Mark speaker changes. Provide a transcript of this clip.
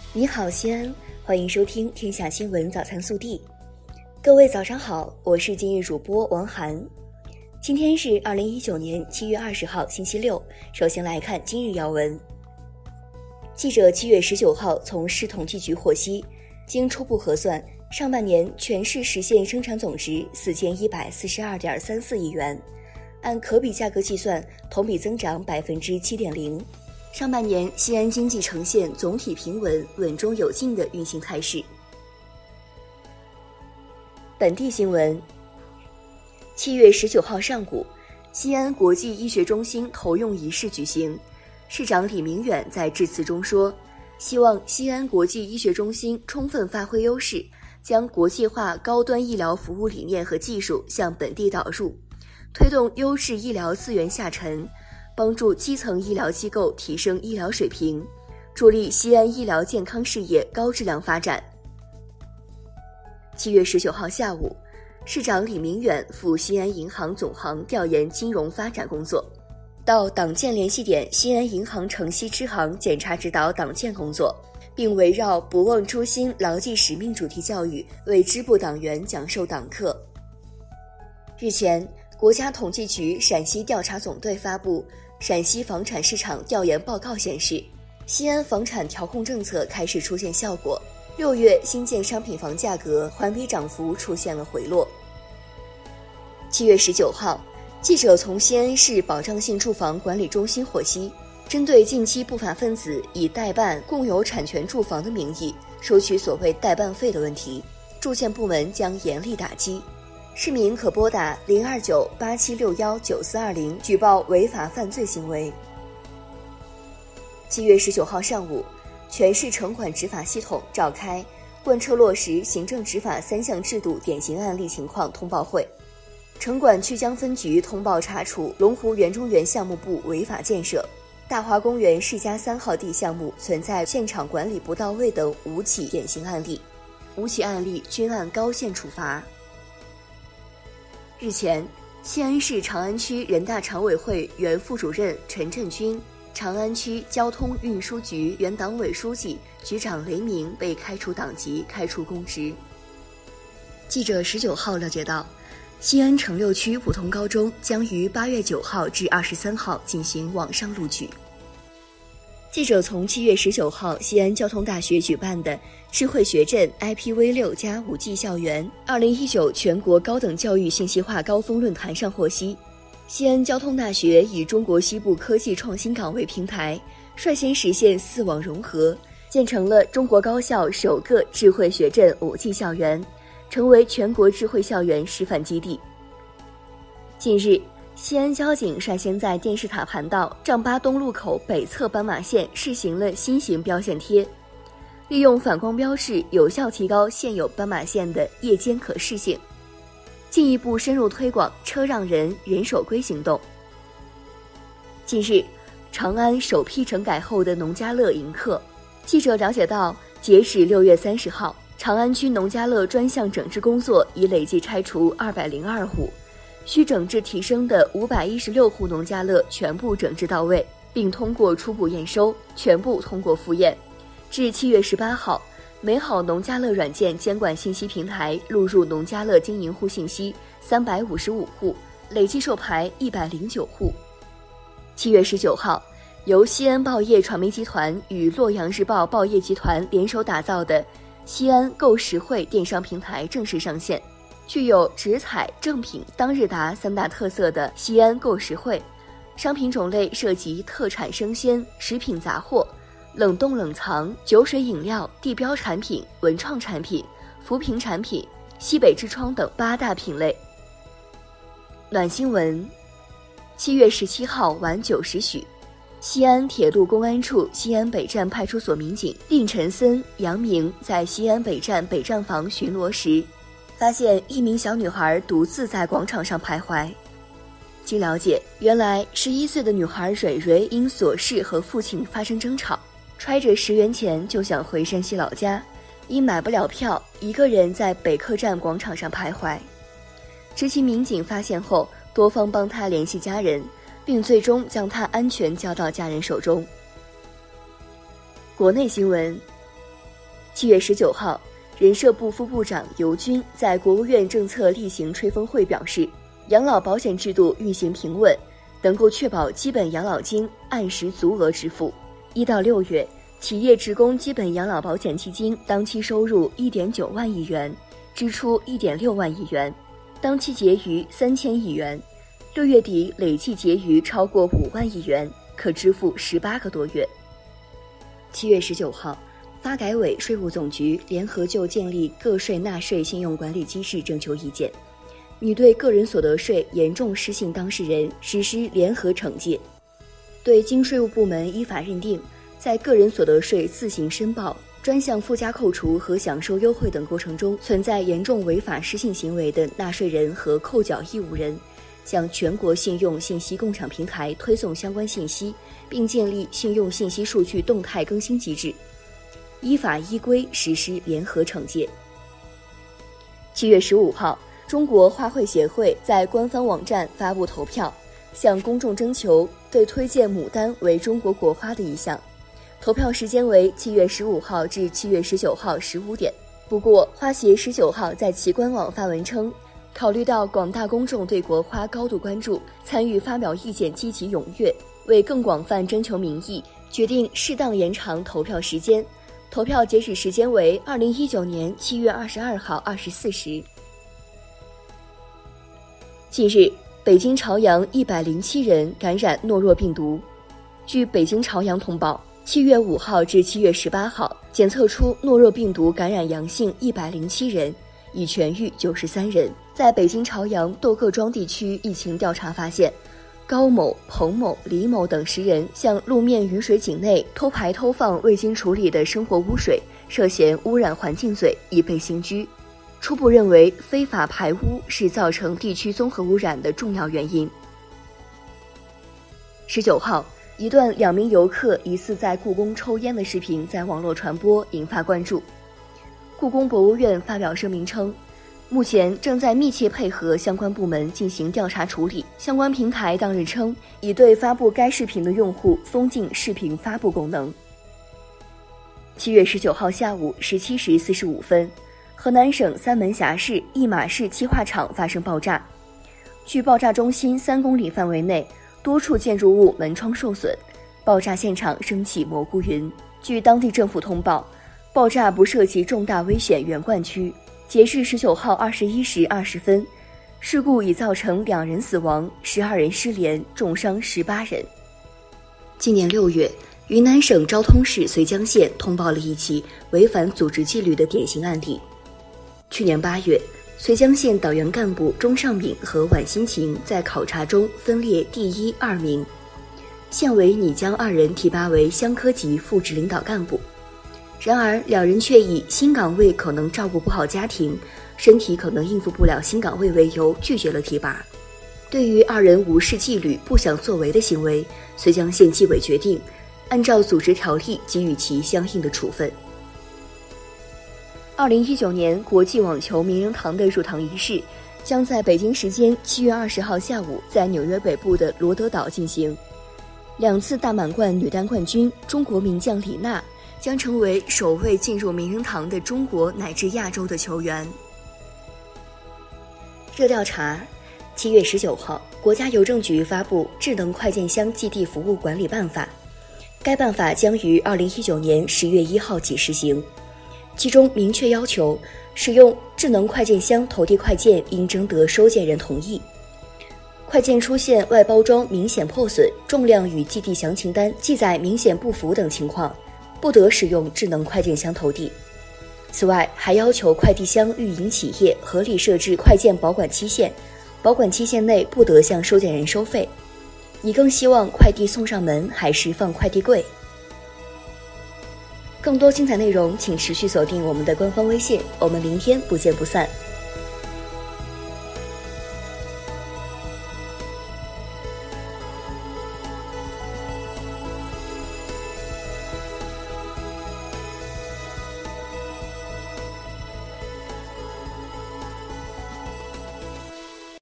Speaker 1: 你好，西安，欢迎收听天下新闻早餐速递。各位早上好，我是今日主播王涵。今天是2019年7月20号，星期六。首先来看今日要闻。记者7月19号从市统计局获悉，经初步核算，上半年全市实现生产总值4142.34亿元，按可比价格计算，同比增长7.0%。上半年西安经济呈现总体平稳、稳中有进的运行态势。本地新闻。7月19号上午，西安国际医学中心投用仪式举行。市长李明远在致辞中说，希望西安国际医学中心充分发挥优势，将国际化高端医疗服务理念和技术向本地导入，推动优质医疗资源下沉，帮助基层医疗机构提升医疗水平，助力西安医疗健康事业高质量发展。7月19号下午，市长李明远赴西安银行总行调研金融发展工作，到党建联系点西安银行城西支行检查指导党建工作，并围绕不忘初心、牢记使命主题教育为支部党员讲授党课。日前，国家统计局陕西调查总队发布陕西房产市场调研报告显示，西安房产调控政策开始出现效果，6月新建商品房价格环比涨幅出现了回落。7月19号，记者从西安市保障性住房管理中心获悉，针对近期不法分子以代办共有产权住房的名义收取所谓代办费的问题，住建部门将严厉打击。市民可拨打02987619420举报违法犯罪行为。7月19号上午，全市城管执法系统召开贯彻落实行政执法3项制度典型案例情况通报会。城管曲江分局通报查处龙湖园中园项目部违法建设，大华公园世家3号地项目存在现场管理不到位等5起典型案例，5起案例均按高限处罚。日前，西安市长安区人大常委会原副主任陈振军、长安区交通运输局原党委书记、局长雷鸣被开除党籍、开除公职。记者19号了解到，西安城6区普通高中将于8月9号至23号进行网上录取。记者从7月19号西安交通大学举办的智慧学镇 IPv6 加 5G 校园2019全国高等教育信息化高峰论坛上获悉，西安交通大学以中国西部科技创新岗为平台，率先实现4网融合，建成了中国高校首个智慧学镇 5G 校园，成为全国智慧校园示范基地。近日，西安交警率先在电视塔盘道丈八东路口北侧斑马线试行了新型标线贴，利用反光标示有效提高现有斑马线的夜间可视性，进一步深入推广车让人人手归行动。近日，长安首批整改后的农家乐迎客。记者了解到，截止6月30号，长安区农家乐专项整治工作已累计拆除202户，需整治提升的516户农家乐全部整治到位，并通过初步验收，全部通过复验。至7月18号，美好农家乐软件监管信息平台录入农家乐经营户信息355户，累计授牌109户。7月19号，由西安报业传媒集团与洛阳日报报业集团联手打造的西安购实惠电商平台正式上线。具有直采、正品、当日达3大特色的西安购实惠，商品种类涉及特产生鲜、食品杂货、冷冻冷藏、酒水饮料、地标产品、文创产品、扶贫产品、西北之窗等8大品类。暖新闻。7月17号晚9时许，西安铁路公安处西安北站派出所民警令晨森、杨明在西安北站北站房巡逻时，发现一名小女孩独自在广场上徘徊。经了解，原来11岁的女孩蕊蕊因琐事和父亲发生争吵，揣着10元钱就想回山西老家，因买不了票，一个人在北客站广场上徘徊。执勤民警发现后，多方帮她联系家人，并最终将她安全交到家人手中。国内新闻。 7月19号，人社部副部长尤军在国务院政策例行吹风会表示，养老保险制度运行平稳，能够确保基本养老金按时足额支付。1到6月，企业职工基本养老保险基金当期收入 1.9 万亿元，支出 1.6万亿元，当期结余3000亿元，6月底累计结余超过5万亿元，可支付18个多月。7月19号，发改委、税务总局联合就建立个税纳税信用管理机制征求意见，拟对个人所得税严重失信当事人实施联合惩戒，对经税务部门依法认定在个人所得税自行申报、专项附加扣除和享受优惠等过程中存在严重违法失信行为的纳税人和扣缴义务人，向全国信用信息共享平台推送相关信息，并建立信用信息数据动态更新机制，依法依规实施联合惩戒。7月15号，中国花卉协会在官方网站发布投票，向公众征求对推荐牡丹为中国国花的意向。投票时间为7月15号至7月19号15点。不过，花协19号在其官网发文称，考虑到广大公众对国花高度关注，参与发表意见积极踊跃，为更广泛征求民意，决定适当延长投票时间。投票截止时间为2019年7月22号24时。近日，北京朝阳107人感染诺若病毒。据北京朝阳通报，7月5号至7月18号检测出诺若病毒感染阳性107人，已痊愈93人。在北京朝阳窦各庄地区疫情调查发现，高某、彭某、李某等10人向路面雨水井内偷排偷放未经处理的生活污水，涉嫌污染环境罪，已被刑拘。初步认为，非法排污是造成地区综合污染的重要原因。19号，一段2名游客疑似在故宫抽烟的视频在网络传播，引发关注。故宫博物院发表声明称，目前正在密切配合相关部门进行调查处理。相关平台当日称，已对发布该视频的用户封禁视频发布功能。7月19号下午17时45分，河南省三门峡市一马市漆化厂发生爆炸。距爆炸中心3公里范围内，多处建筑物门窗受损，爆炸现场升起蘑菇云。据当地政府通报，爆炸不涉及重大危险园观区。截至19号21时20分，事故已造成2人死亡，12人失联，重伤18人。今年6月，云南省昭通市绥江县通报了一起违反组织纪律的典型案例。去年8月，绥江县党员干部钟尚敏和宛新晴在考察中分列第1、2名，县委拟将2人提拔为乡科级副职领导干部。然而2人却以新岗位可能照顾不好家庭，身体可能应付不了新岗位为由，拒绝了提拔。对于2人无视纪律、不想作为的行为，绥江县纪委决定按照组织条例给予其相应的处分。2019年国际网球名人堂的入堂仪式将在北京时间7月20号下午在纽约北部的罗德岛进行。2次大满贯女单冠军中国名将李娜将成为首位进入名人堂的中国乃至亚洲的球员。热调查，7月19号，国家邮政局发布《智能快件箱寄递服务管理办法》，该办法将于2019年10月1号起施行。其中明确要求，使用智能快件箱投递快件应征得收件人同意。快件出现外包装明显破损、重量与寄递详情单记载明显不符等情况，不得使用智能快件箱投递。此外，还要求快递箱运营企业合理设置快件保管期限，保管期限内不得向收件人收费。你更希望快递送上门还是放快递柜？更多精彩内容请持续锁定我们的官方微信，我们明天不见不散。